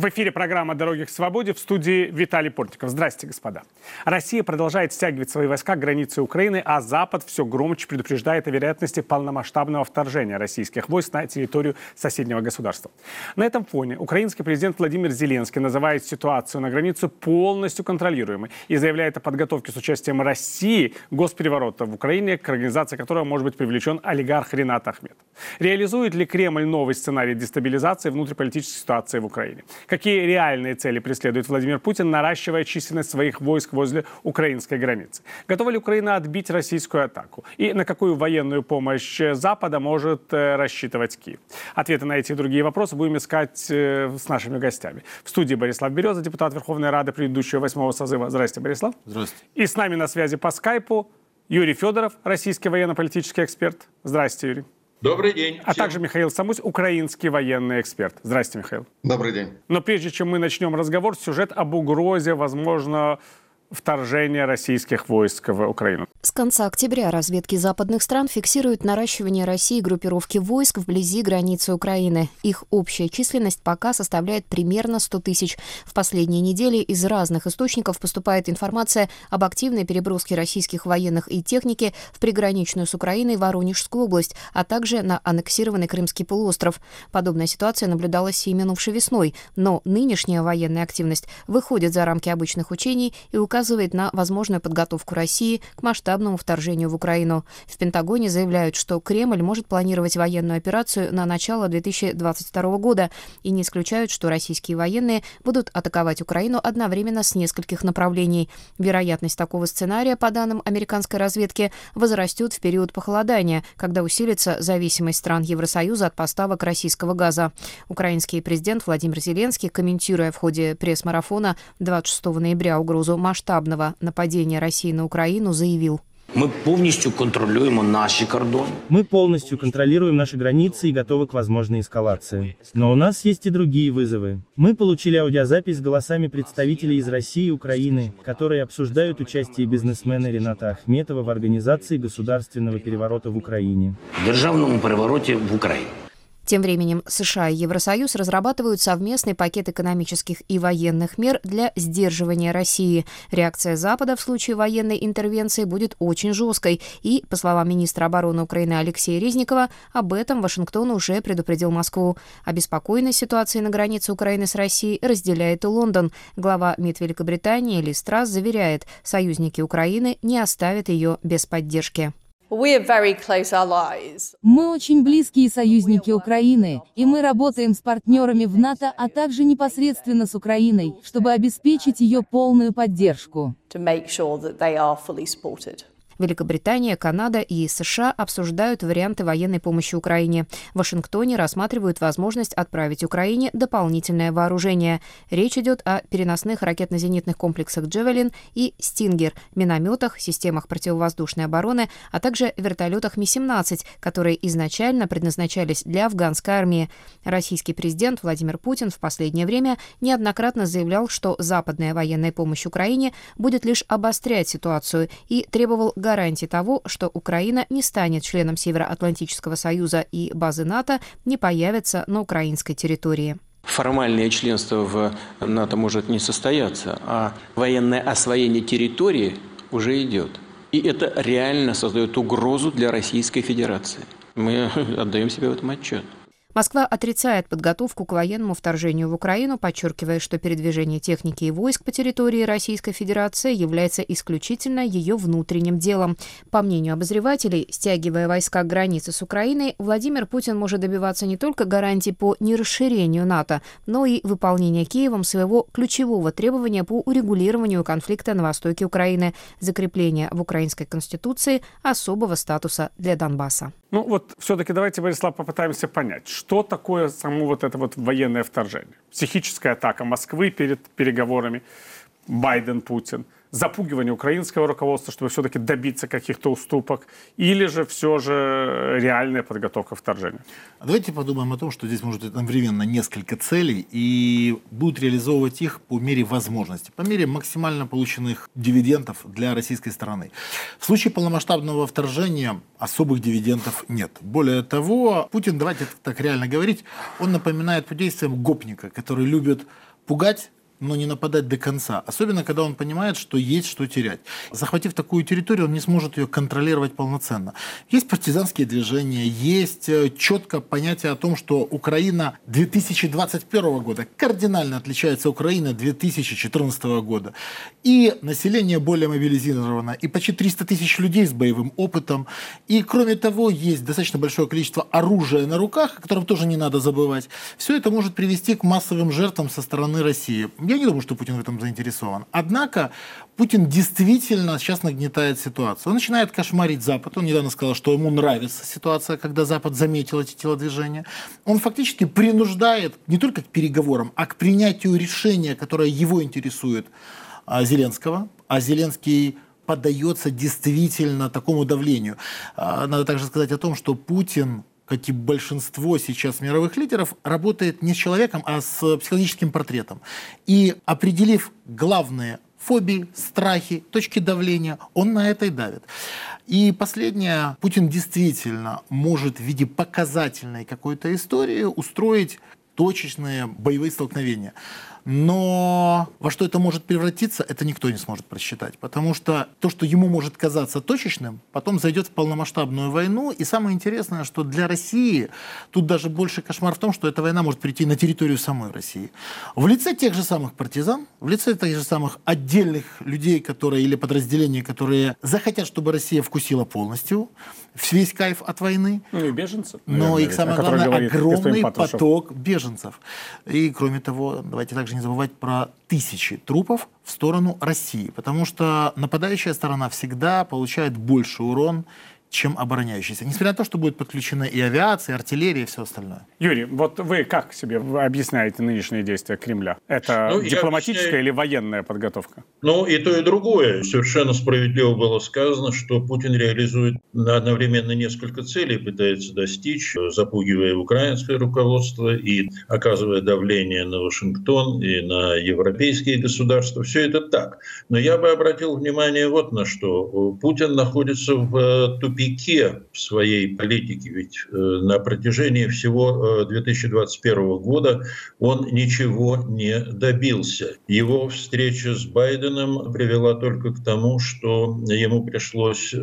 В эфире программа «Дороги к свободе», в студии Виталий Портников. Здрасте, господа. Россия продолжает стягивать свои войска к границе Украины, а Запад все громче предупреждает о вероятности полномасштабного вторжения российских войск на территорию соседнего государства. На этом фоне украинский президент Владимир Зеленский называет ситуацию на границе полностью контролируемой и заявляет о подготовке с участием России госпереворота в Украине, к организации которого может быть привлечен олигарх Ринат Ахметов. Реализует ли Кремль новый сценарий дестабилизации внутриполитической ситуации в Украине? Какие реальные цели преследует Владимир Путин, наращивая численность своих войск возле украинской границы? Готова ли Украина отбить российскую атаку? И на какую военную помощь Запада может рассчитывать Киев? Ответы на эти и другие вопросы будем искать с нашими гостями. В студии Борислав Береза, депутат Верховной Рады предыдущего 8-го созыва. Здравствуйте, Борислав. Здравствуйте. И с нами на связи по скайпу Юрий Федоров, российский военно-политический эксперт. Здравствуйте, Юрий. Добрый день. А также Михаил Самусь, украинский военный эксперт. Здравствуйте, Михаил. Добрый день. Но прежде чем мы начнем разговор, сюжет об угрозе, возможно, вторжения российских войск в Украину. С конца октября разведки западных стран фиксируют наращивание России группировки войск вблизи границы Украины. Их общая численность пока составляет примерно 100 тысяч. В последние недели из разных источников поступает информация об активной переброске российских военных и техники в приграничную с Украиной Воронежскую область, а также на аннексированный Крымский полуостров. Подобная ситуация наблюдалась и минувшей весной, но нынешняя военная активность выходит за рамки обычных учений и указывает на возможную подготовку России к масштабному вторжению в Украину. В Пентагоне заявляют, что Кремль может планировать военную операцию на начало 2022 года и не исключают, что российские военные будут атаковать Украину одновременно с нескольких направлений. Вероятность такого сценария, по данным американской разведки, возрастет в период похолодания, когда усилится зависимость стран Евросоюза от поставок российского газа. Украинский президент Владимир Зеленский, комментируя в ходе пресс-марафона 26 ноября угрозу масштабного нападения России на Украину, заявил: Мы полностью контролируем наши кордоны. Мы полностью контролируем наши границы и готовы к возможной эскалации. Но у нас есть и другие вызовы. Мы получили аудиозапись с голосами представителей из России и Украины, которые обсуждают участие бизнесмена Рината Ахметова в организации государственного переворота в Украине. В державном перевороте в Украине. Тем временем США и Евросоюз разрабатывают совместный пакет экономических и военных мер для сдерживания России. Реакция Запада в случае военной интервенции будет очень жесткой. И, по словам министра обороны Украины Алексея Резникова, об этом Вашингтон уже предупредил Москву. Обеспокоенность ситуацией на границе Украины с Россией разделяет и Лондон. Глава МИД Великобритании Ли Страс заверяет, союзники Украины не оставят ее без поддержки. Мы очень близкие союзники Украины, и мы работаем с партнерами в НАТО, а также непосредственно с Украиной, чтобы обеспечить ее полную поддержку. Великобритания, Канада и США обсуждают варианты военной помощи Украине. В Вашингтоне рассматривают возможность отправить Украине дополнительное вооружение. Речь идет о переносных ракетно-зенитных комплексах «Джавелин» и «Стингер», минометах, системах противовоздушной обороны, а также вертолетах Ми-17, которые изначально предназначались для афганской армии. Российский президент Владимир Путин в последнее время неоднократно заявлял, что западная военная помощь Украине будет лишь обострять ситуацию, и требовал гарантии того, что Украина не станет членом Североатлантического союза и базы НАТО не появятся на украинской территории. Формальное членство в НАТО может не состояться, а военное освоение территории уже идет. И это реально создает угрозу для Российской Федерации. Мы отдаем себе в этом отчет. Москва отрицает подготовку к военному вторжению в Украину, подчеркивая, что передвижение техники и войск по территории Российской Федерации является исключительно ее внутренним делом. По мнению обозревателей, стягивая войска к границе с Украиной, Владимир Путин может добиваться не только гарантий по нерасширению НАТО, но и выполнения Киевом своего ключевого требования по урегулированию конфликта на востоке Украины, закрепления в украинской конституции особого статуса для Донбасса. Ну вот все-таки давайте, Борислав, попытаемся понять, что такое само вот это вот военное вторжение. Психическая атака Москвы перед переговорами Байден-Путин, запугивание украинского руководства, чтобы все-таки добиться каких-то уступок, или же все же реальная подготовка вторжения? Давайте подумаем о том, что здесь может быть одновременно несколько целей и будут реализовывать их по мере возможности, по мере максимально полученных дивидендов для российской стороны. В случае полномасштабного вторжения особых дивидендов нет. Более того, Путин, давайте так реально говорить, он напоминает по действиям гопника, который любит пугать, но не нападать до конца. Особенно, когда он понимает, что есть что терять. Захватив такую территорию, он не сможет ее контролировать полноценно. Есть партизанские движения, есть четко понятие о том, что Украина 2021 года кардинально отличается от Украины 2014 года. И население более мобилизировано, и почти 300 тысяч людей с боевым опытом. И, кроме того, есть достаточно большое количество оружия на руках, о котором тоже не надо забывать. Все это может привести к массовым жертвам со стороны России. Я не думаю, что Путин в этом заинтересован. Однако Путин действительно сейчас нагнетает ситуацию. Он начинает кошмарить Запад. Он недавно сказал, что ему нравится ситуация, когда Запад заметил эти телодвижения. Он фактически принуждает не только к переговорам, а к принятию решения, которое его интересует, Зеленского. А Зеленский поддается действительно такому давлению. Надо также сказать о том, что Путин, как и большинство сейчас мировых лидеров, работает не с человеком, а с психологическим портретом. И определив главные фобии, страхи, точки давления, он на это и давит. И последнее, Путин действительно может в виде показательной какой-то истории устроить точечные боевые столкновения. Но во что это может превратиться, это никто не сможет просчитать. Потому что то, что ему может казаться точечным, потом зайдет в полномасштабную войну. И самое интересное, что для России тут даже больше кошмар в том, что эта война может прийти на территорию самой России. В лице тех же самых партизан, в лице тех же самых отдельных людей, которые, или подразделений, которые захотят, чтобы Россия вкусила полностью весь кайф от войны. Ну и беженцев. Но и самое главное, огромный поток беженцев. И кроме того, давайте также не забывать про тысячи трупов в сторону России, потому что нападающая сторона всегда получает больше урон, чем обороняющийся. Несмотря на то, что будет подключена и авиация, и артиллерия, и все остальное. Юрий, вот вы как себе объясняете нынешние действия Кремля? Это дипломатическая или военная подготовка? Ну, и то, и другое. Совершенно справедливо было сказано, что Путин реализует одновременно несколько целей, пытается достичь, запугивая украинское руководство и оказывая давление на Вашингтон и на европейские государства. Все это так. Но я бы обратил внимание вот на что. Путин находится в тупике в своей политике, ведь на протяжении всего 2021 года он ничего не добился. Его встреча с Байденом привела только к тому, что ему пришлось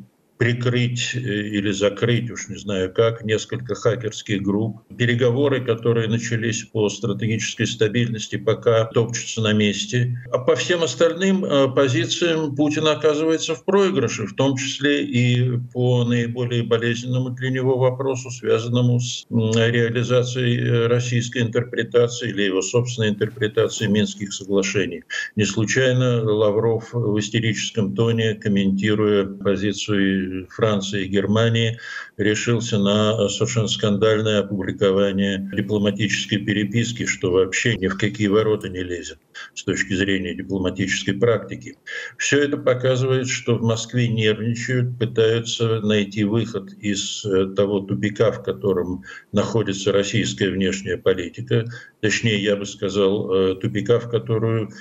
прикрыть или закрыть, уж не знаю как, несколько хакерских групп. Переговоры, которые начались по стратегической стабильности, пока топчутся на месте. А по всем остальным позициям Путин оказывается в проигрыше, в том числе и по наиболее болезненному для него вопросу, связанному с реализацией российской интерпретации или его собственной интерпретации Минских соглашений. Не случайно Лавров в истерическом тоне, комментируя позицию Франции и Германии, решился на совершенно скандальное опубликование дипломатической переписки, что вообще ни в какие ворота не лезет с точки зрения дипломатической практики. Все это показывает, что в Москве нервничают, пытаются найти выход из того тупика, в котором находится российская внешняя политика, точнее, я бы сказал, тупика, в которую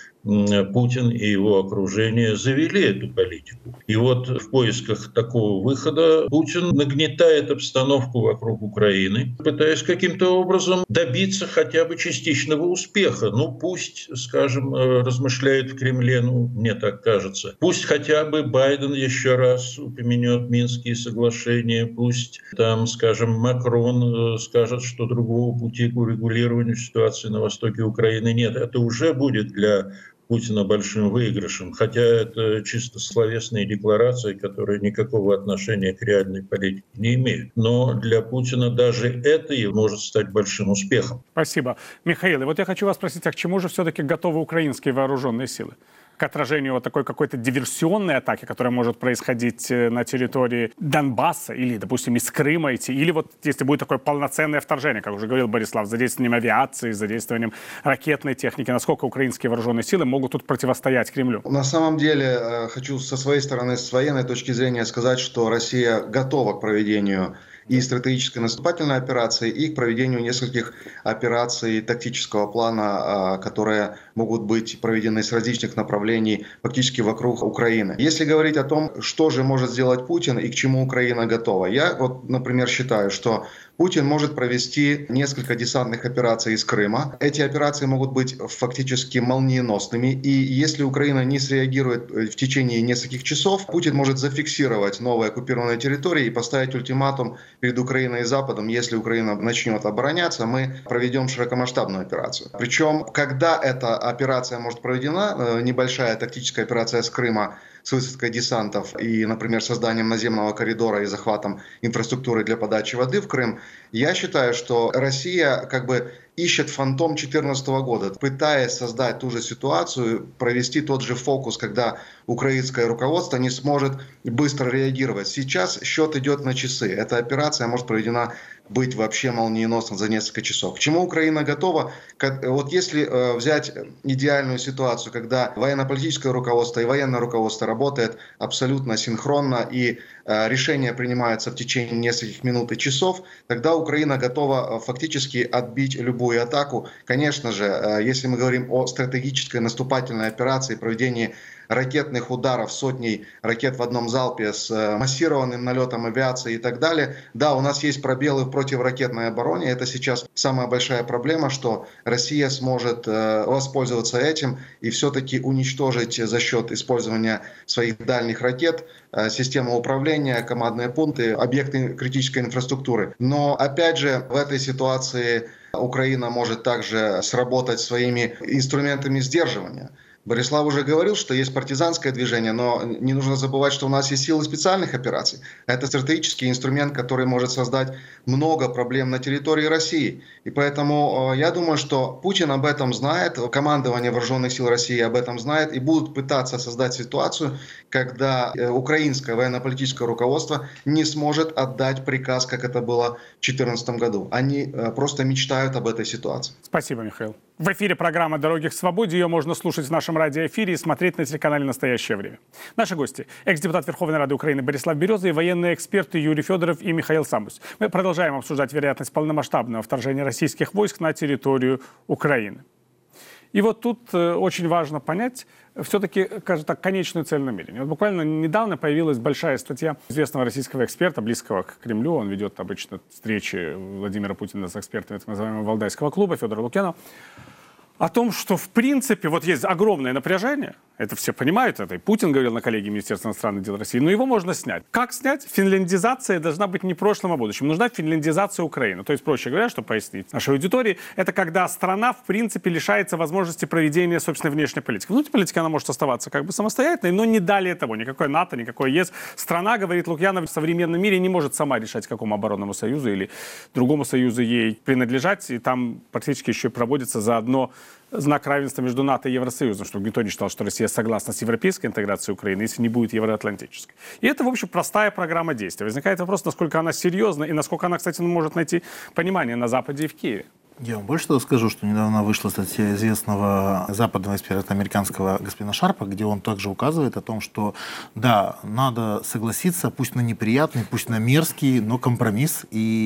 Путин и его окружение завели эту политику. И вот в поисках такого выхода Путин нагнетает обстановку вокруг Украины, пытаясь каким-то образом добиться хотя бы частичного успеха. Ну, пусть, скажем, размышляет в Кремле, ну, мне так кажется. Пусть хотя бы Байден еще раз упомянет Минские соглашения, пусть там, скажем, Макрон скажет, что другого пути к урегулированию ситуации на востоке Украины нет. Это уже будет для Путина большим выигрышем, хотя это чисто словесные декларации, которые никакого отношения к реальной политике не имеют. Но для Путина даже это и может стать большим успехом. Спасибо. Михаил, и вот я хочу вас спросить, а к чему же все-таки готовы украинские вооруженные силы? К отражению вот такой какой-то диверсионной атаки, которая может происходить на территории Донбасса или, допустим, из Крыма идти, или вот если будет такое полноценное вторжение, как уже говорил Борислав, с задействованием авиации, с задействованием ракетной техники, насколько украинские вооруженные силы могут тут противостоять Кремлю? На самом деле, хочу со своей стороны, с военной точки зрения сказать, что Россия готова к проведению и стратегической наступательной операции, и к проведению нескольких операций тактического плана, которые могут быть проведены с различных направлений фактически вокруг Украины. Если говорить о том, что же может сделать Путин и к чему Украина готова, я вот, например, считаю, что Путин может провести несколько десантных операций из Крыма. Эти операции могут быть фактически молниеносными. И если Украина не среагирует в течение нескольких часов, Путин может зафиксировать новые оккупированные территории и поставить ультиматум перед Украиной и Западом. Если Украина начнет обороняться, мы проведем широкомасштабную операцию. Причем, когда эта операция может проведена, небольшая тактическая операция с Крыма, с высадкой десантов и, например, созданием наземного коридора и захватом инфраструктуры для подачи воды в Крым, я считаю, что Россия как бы ищет фантом 2014 года, пытаясь создать ту же ситуацию, провести тот же фокус, когда украинское руководство не сможет быстро реагировать. Сейчас счет идет на часы. Эта операция может проведена быть вообще молниеносно за несколько часов. К чему Украина готова? Вот если взять идеальную ситуацию, когда военно-политическое руководство и военное руководство работает абсолютно синхронно и решения принимаются в течение нескольких минут и часов, тогда Украина готова фактически отбить любую атаку. Конечно же, если мы говорим о стратегической наступательной операции, проведении ракетных ударов, сотней ракет в одном залпе с массированным налетом авиации и так далее. Да, у нас есть пробелы в противоракетной обороне. Это сейчас самая большая проблема, что Россия сможет воспользоваться этим и все-таки уничтожить за счет использования своих дальних ракет систему управления, командные пункты, объекты критической инфраструктуры. Но опять же, в этой ситуации Украина может также сработать своими инструментами сдерживания. Борислав уже говорил, что есть партизанское движение, но не нужно забывать, что у нас есть силы специальных операций. Это стратегический инструмент, который может создать много проблем на территории России. И поэтому я думаю, что Путин об этом знает, командование Вооруженных сил России об этом знает и будут пытаться создать ситуацию, когда украинское военно-политическое руководство не сможет отдать приказ, как это было в 2014 году. Они просто мечтают об этой ситуации. Спасибо, Михаил. В эфире программа «Дороги к свободе». Ее можно слушать в нашем радиоэфире и смотреть на телеканале «Настоящее время». Наши гости – экс-депутат Верховной Рады Украины Борислав Береза и военные эксперты Юрий Федоров и Михаил Самбус. Мы продолжаем обсуждать вероятность полномасштабного вторжения российских войск на территорию Украины. И вот тут очень важно понять все-таки, скажем так, конечную цель намерения. Вот буквально недавно появилась большая статья известного российского эксперта, близкого к Кремлю. Он ведет обычно встречи Владимира Путина с экспертами так называемого Валдайского клуба, Федора Лукьянова, о том, что в принципе вот есть огромное напряжение, это все понимают, это и Путин говорил на коллегии Министерства иностранных дел России, но его можно снять. Как снять? Финляндизация должна быть не прошлым, а будущим. Нужна финляндизация Украины. То есть, проще говоря, чтобы пояснить нашей аудитории, это когда страна в принципе лишается возможности проведения собственной внешней политики. Внутренняя политика, она может оставаться как бы самостоятельной, но не далее того. Никакой НАТО, никакой ЕС. Страна, говорит Лукьянов, в современном мире не может сама решать, какому оборонному союзу или другому союзу ей принадлежать. И там практически еще проводится заодно знак равенства между НАТО и Евросоюзом, чтобы никто не считал, что Россия согласна с европейской интеграцией Украины, если не будет евроатлантической. И это, в общем, простая программа действий. Возникает вопрос, насколько она серьезна и насколько она, кстати, может найти понимание на Западе и в Киеве. Я вам больше того скажу, что недавно вышла статья известного западного эксперта американского господина Шарпа, где он также указывает о том, что да, надо согласиться, пусть на неприятный, пусть на мерзкий, но компромисс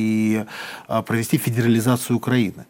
и провести федерализацию Украины.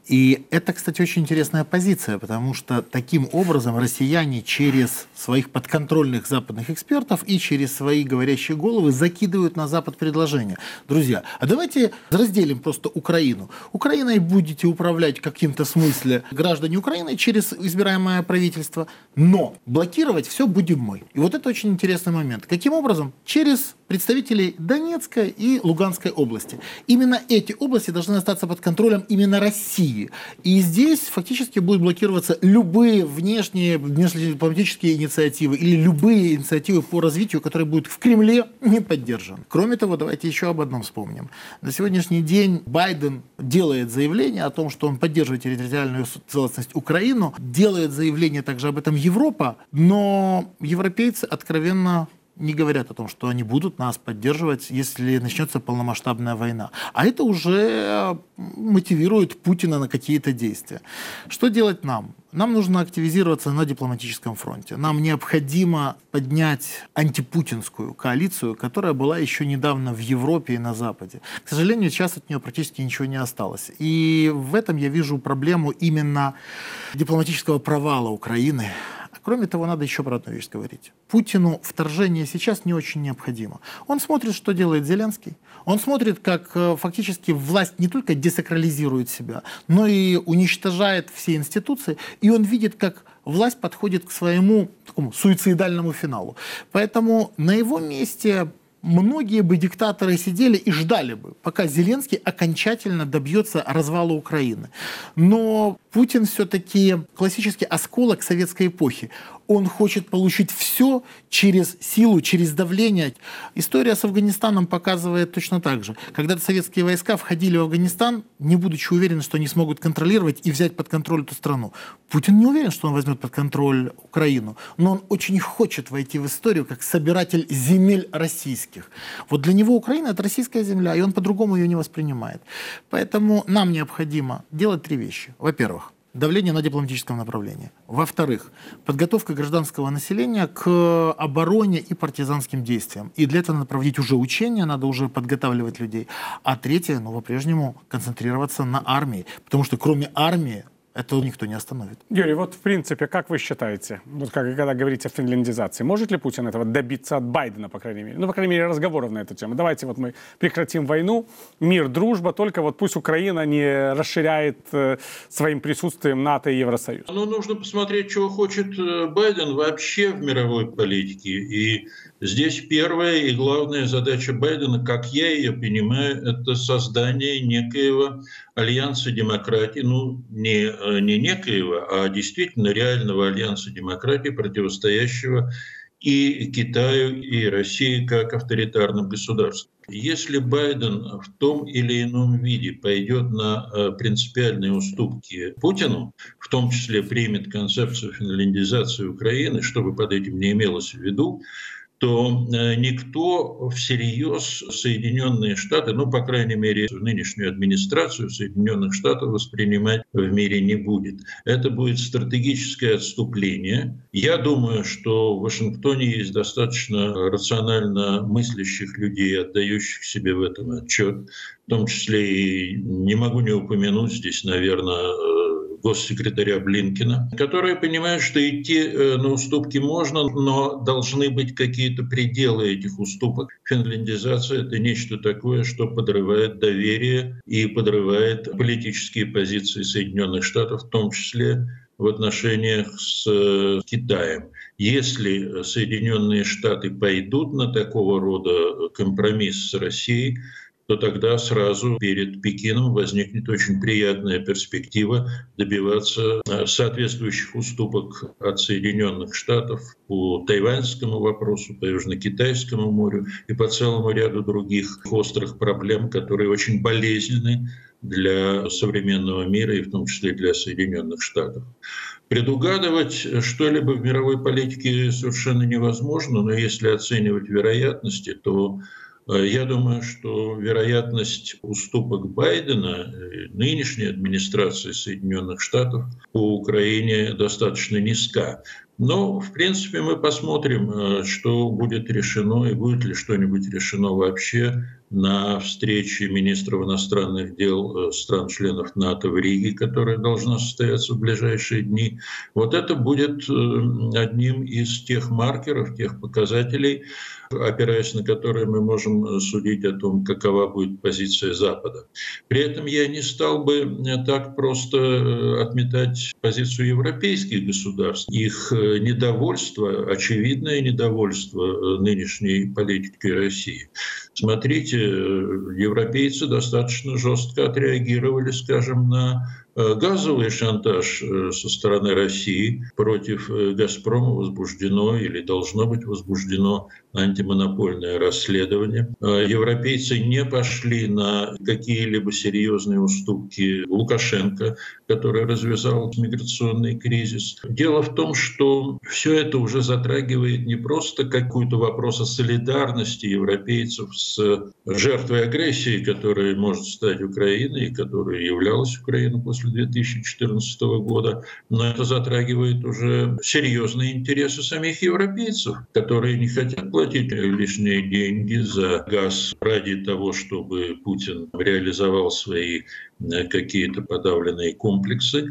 И это, кстати, очень интересная позиция, потому что таким образом россияне через своих подконтрольных западных экспертов и через свои говорящие головы закидывают на Запад предложения. Друзья, а давайте разделим просто Украину. Украиной будете управлять в каким-то смысле граждане Украины через избираемое правительство, но блокировать все будем мы. И вот это очень интересный момент. Каким образом? Через представителей Донецкой и Луганской области. Именно эти области должны остаться под контролем именно России. И здесь фактически будут блокироваться любые внешнеполитические инициативы или любые инициативы по развитию, которые будут в Кремле не поддержаны. Кроме того, давайте еще об одном вспомним. На сегодняшний день Байден делает заявление о том, что он поддерживает территориальную целостность Украины, делает заявление также об этом Европа, но европейцы откровенно не говорят о том, что они будут нас поддерживать, если начнется полномасштабная война. А это уже мотивирует Путина на какие-то действия. Что делать нам? Нам нужно активизироваться на дипломатическом фронте. Нам необходимо поднять антипутинскую коалицию, которая была еще недавно в Европе и на Западе. К сожалению, сейчас от нее практически ничего не осталось. И в этом я вижу проблему именно дипломатического провала Украины. Кроме того, надо еще про одну вещь говорить. Путину вторжение сейчас не очень необходимо. Он смотрит, что делает Зеленский. Он смотрит, как фактически власть не только десакрализирует себя, но и уничтожает все институции. И он видит, как власть подходит к своему такому суицидальному финалу. Поэтому на его месте многие бы диктаторы сидели и ждали бы, пока Зеленский окончательно добьется развала Украины. Но Путин все-таки классический осколок советской эпохи. Он хочет получить все через силу, через давление. История с Афганистаном показывает точно так же. Когда-то советские войска входили в Афганистан, не будучи уверены, что они смогут контролировать и взять под контроль эту страну. Путин не уверен, что он возьмет под контроль Украину, но он очень хочет войти в историю как собиратель земель российских. Вот для него Украина — это российская земля, и он по-другому ее не воспринимает. Поэтому нам необходимо делать три вещи. Во-первых, давление на дипломатическом направлении. Во-вторых, подготовка гражданского населения к обороне и партизанским действиям. И для этого надо проводить уже учения, надо уже подготавливать людей. А третье, по-прежнему концентрироваться на армии. Потому что кроме армии это никто не остановит. Юрий, вот в принципе, как вы считаете, вот когда говорите о финляндизации, может ли Путин этого добиться от Байдена, по крайней мере? По крайней мере, разговоров на эту тему. Давайте вот мы прекратим войну, мир, дружба, только вот пусть Украина не расширяет своим присутствием НАТО и Евросоюз. Нужно посмотреть, чего хочет Байден вообще в мировой политике. И здесь первая и главная задача Байдена, как я ее понимаю, это создание некоего альянса демократий, не некоего, а действительно реального альянса демократий, противостоящего и Китаю, и России как авторитарным государствам. Если Байден в том или ином виде пойдет на принципиальные уступки Путину, в том числе примет концепцию финляндизации Украины, что бы под этим не имелось в виду, то никто всерьез Соединенные Штаты, по крайней мере, нынешнюю администрацию Соединенных Штатов воспринимать в мире не будет. Это будет стратегическое отступление. Я думаю, что в Вашингтоне есть достаточно рационально мыслящих людей, отдающих себе в этом отчет. В том числе и не могу не упомянуть здесь, наверное, госсекретаря Блинкена, которые понимают, что идти на уступки можно, но должны быть какие-то пределы этих уступок. Финляндизация — это нечто такое, что подрывает доверие и подрывает политические позиции Соединенных Штатов, в том числе в отношениях с Китаем. Если Соединенные Штаты пойдут на такого рода компромисс с Россией, то тогда сразу перед Пекином возникнет очень приятная перспектива добиваться соответствующих уступок от Соединенных Штатов по тайваньскому вопросу, по Южно-Китайскому морю и по целому ряду других острых проблем, которые очень болезненны для современного мира и в том числе для Соединенных Штатов. Предугадывать что-либо в мировой политике совершенно невозможно, но если оценивать вероятности, то я думаю, что вероятность уступок Байдена, нынешней администрации Соединенных Штатов по Украине достаточно низка. Но, в принципе, мы посмотрим, что будет решено и будет ли что-нибудь решено вообще на встрече министров иностранных дел стран-членов НАТО в Риге, которая должна состояться в ближайшие дни. Вот это будет одним из тех маркеров, тех показателей, опираясь на которые мы можем судить о том, какова будет позиция Запада. При этом я не стал бы так просто отметать позицию европейских государств. Их недовольство, очевидное недовольство нынешней политикой России. Смотрите, европейцы достаточно жестко отреагировали, скажем, на газовый шантаж со стороны России. Против «Газпрома» возбуждено или должно быть возбуждено антимонопольное расследование. Европейцы не пошли на какие-либо серьезные уступки Лукашенко, который развязал миграционный кризис. Дело в том, что все это уже затрагивает не просто какой-то вопрос о солидарности европейцев с жертвой агрессии, которой может стать Украина и которой являлась Украина после 2014 года, но это затрагивает уже серьезные интересы самих европейцев, которые не хотят платить лишние деньги за газ ради того, чтобы Путин реализовал свои какие-то подавленные комплексы.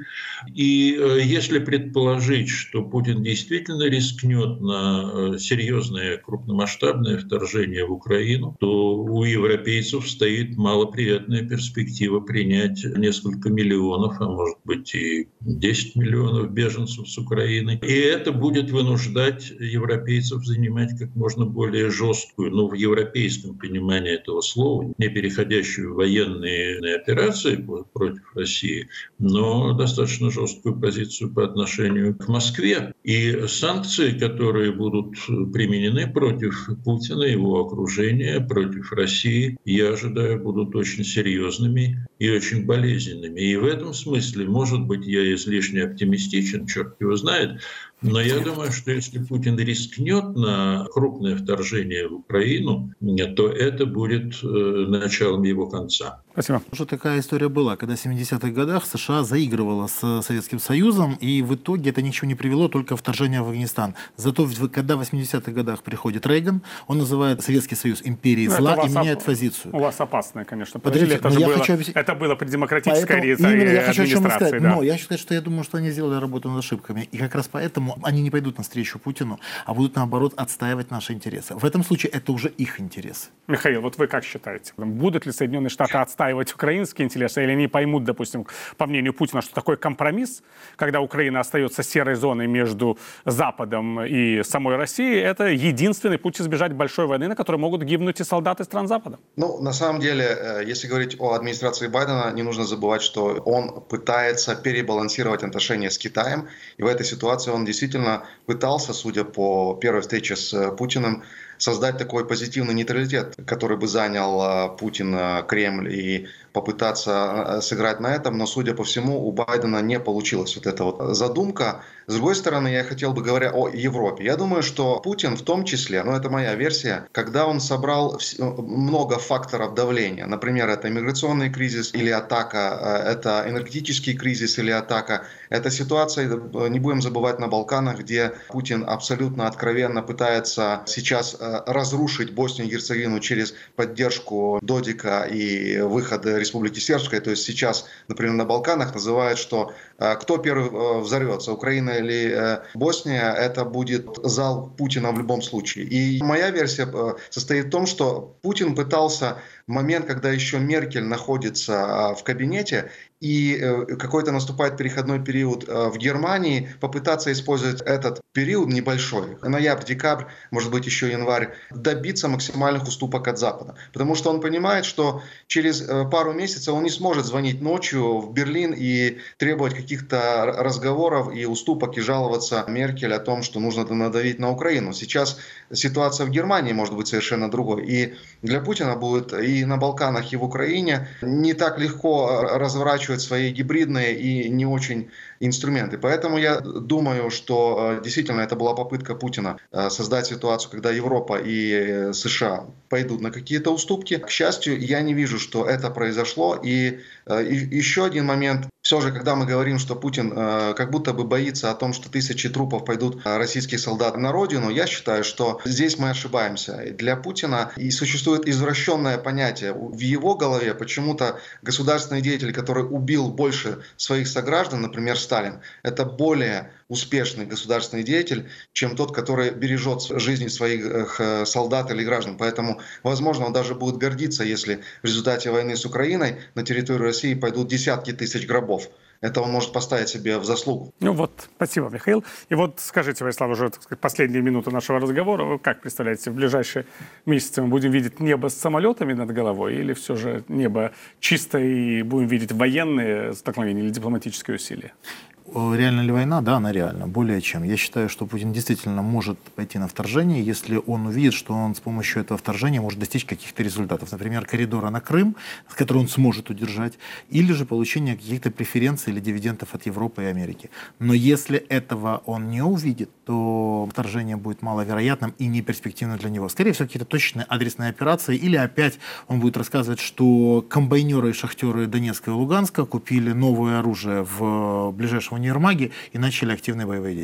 И если предположить, что Путин действительно рискнет на серьезное крупномасштабное вторжение в Украину, то у европейцев стоит малоприятная перспектива принять несколько миллионов, а может быть и 10 миллионов беженцев с Украины. И это будет вынуждать европейцев занимать как можно более жесткую, в европейском понимании этого слова, не переходящую в военные операции против России, но достаточно жесткую позицию по отношению к Москве. И санкции, которые будут применены против Путина, его окружения, против России, я ожидаю, будут очень серьезными и очень болезненными. И в этом смысле, может быть, я излишне оптимистичен, черт его знает, но я думаю, что если Путин рискнет на крупное вторжение в Украину, то это будет началом его конца. Спасибо. Уже такая история была, когда в 70-х годах США заигрывала с Советским Союзом, и в итоге это ничего не привело, только вторжение в Афганистан. Зато когда в 80-х годах приходит Рейган, он называет Советский Союз империей зла и меняет позицию. У вас опасное, конечно. Подождите, это было при демократической администрации. Я хочу о чем сказать. Да. Но я хочу сказать, что я думаю, что они сделали работу над ошибками. И как раз поэтому они не пойдут навстречу Путину, а будут, наоборот, отстаивать наши интересы. В этом случае это уже их интересы. Михаил, вот вы как считаете? Будут ли Соединенные Штаты отстаивать украинские интересы, или они поймут, допустим, по мнению Путина, что такой компромисс, когда Украина остается серой зоной между Западом и самой Россией, это единственный путь избежать большой войны, на которой могут гибнуть и солдаты стран Запада? На самом деле, если говорить о администрации Байдена, не нужно забывать, что он пытается перебалансировать отношения с Китаем. И в этой ситуации он действительно пытался, судя по первой встрече с Путиным, создать такой позитивный нейтралитет, который бы занял Путин, Кремль, и попытаться сыграть на этом, но, судя по всему, у Байдена не получилась вот эта вот задумка. С другой стороны, я хотел бы, говоря о Европе, я думаю, что Путин в том числе, это моя версия, когда он собрал много факторов давления, например, это миграционный кризис или атака, это энергетический кризис или атака, это ситуация, не будем забывать, на Балканах, где Путин абсолютно откровенно пытается сейчас разрушить Боснию и Герцеговину через поддержку Додика и выход Республики Сербской. То есть сейчас, например, на Балканах называют, что кто первый взорвется, Украина или Босния, это будет зал Путина в любом случае. И моя версия состоит в том, что Путин пытался в момент, когда еще Меркель находится в кабинете, и какой-то наступает переходной период в Германии, попытаться использовать этот период небольшой, ноябрь, декабрь, может быть еще январь, добиться максимальных уступок от Запада. Потому что он понимает, что через пару месяцев он не сможет звонить ночью в Берлин и требовать каких-то разговоров и уступок, и жаловаться Меркель о том, что нужно надавить на Украину. Сейчас ситуация в Германии может быть совершенно другой. И для Путина будет и на Балканах, и в Украине не так легко разворачивать свои гибридные и не очень инструменты. Поэтому я думаю, что действительно это была попытка Путина создать ситуацию, когда Европа и США пойдут на какие-то уступки. К счастью, я не вижу, что это произошло. И еще один момент. Все же, когда мы говорим, что Путин как будто бы боится о том, что тысячи трупов пойдут российских солдат на родину, я считаю, что здесь мы ошибаемся. Для Путина и существует извращенное понятие. В его голове почему-то государственный деятель, который убил больше своих сограждан, например, Сталин, это более успешный государственный деятель, чем тот, который бережет жизни своих солдат или граждан. Поэтому, возможно, он даже будет гордиться, если в результате войны с Украиной на территорию России пойдут десятки тысяч гробов. Это он может поставить себе в заслугу. Спасибо, Михаил. И скажите, Вячеслав, уже последние минуты нашего разговора, вы как представляете, в ближайшие месяцы мы будем видеть небо с самолетами над головой, или все же небо чисто и будем видеть военные столкновения или дипломатические усилия? Реальна ли война? Да, она реальна. Более чем. Я считаю, что Путин действительно может пойти на вторжение, если он увидит, что он с помощью этого вторжения может достичь каких-то результатов. Например, коридора на Крым, который он сможет удержать, или же получение каких-то преференций или дивидендов от Европы и Америки. Но если этого он не увидит, то вторжение будет маловероятным и неперспективным для него. Скорее всего, какие-то точечные адресные операции, или опять он будет рассказывать, что комбайнеры и шахтеры Донецка и Луганска купили новое оружие в ближайшем универмаге и начали активные боевые действия.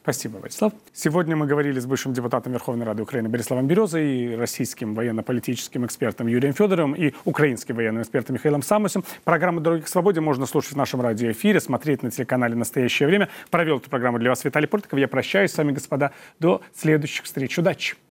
Спасибо, Вячеслав. Сегодня мы говорили с бывшим депутатом Верховной Рады Украины Бориславом Березой, и российским военно-политическим экспертом Юрием Федоровым, и украинским военным экспертом Михаилом Самусем. Программу «Дороги к свободе» можно слушать в нашем радиоэфире, смотреть на телеканале «Настоящее время». Провел эту программу для вас Виталий Портников. Я прощаюсь с вами, господа. До следующих встреч. Удачи!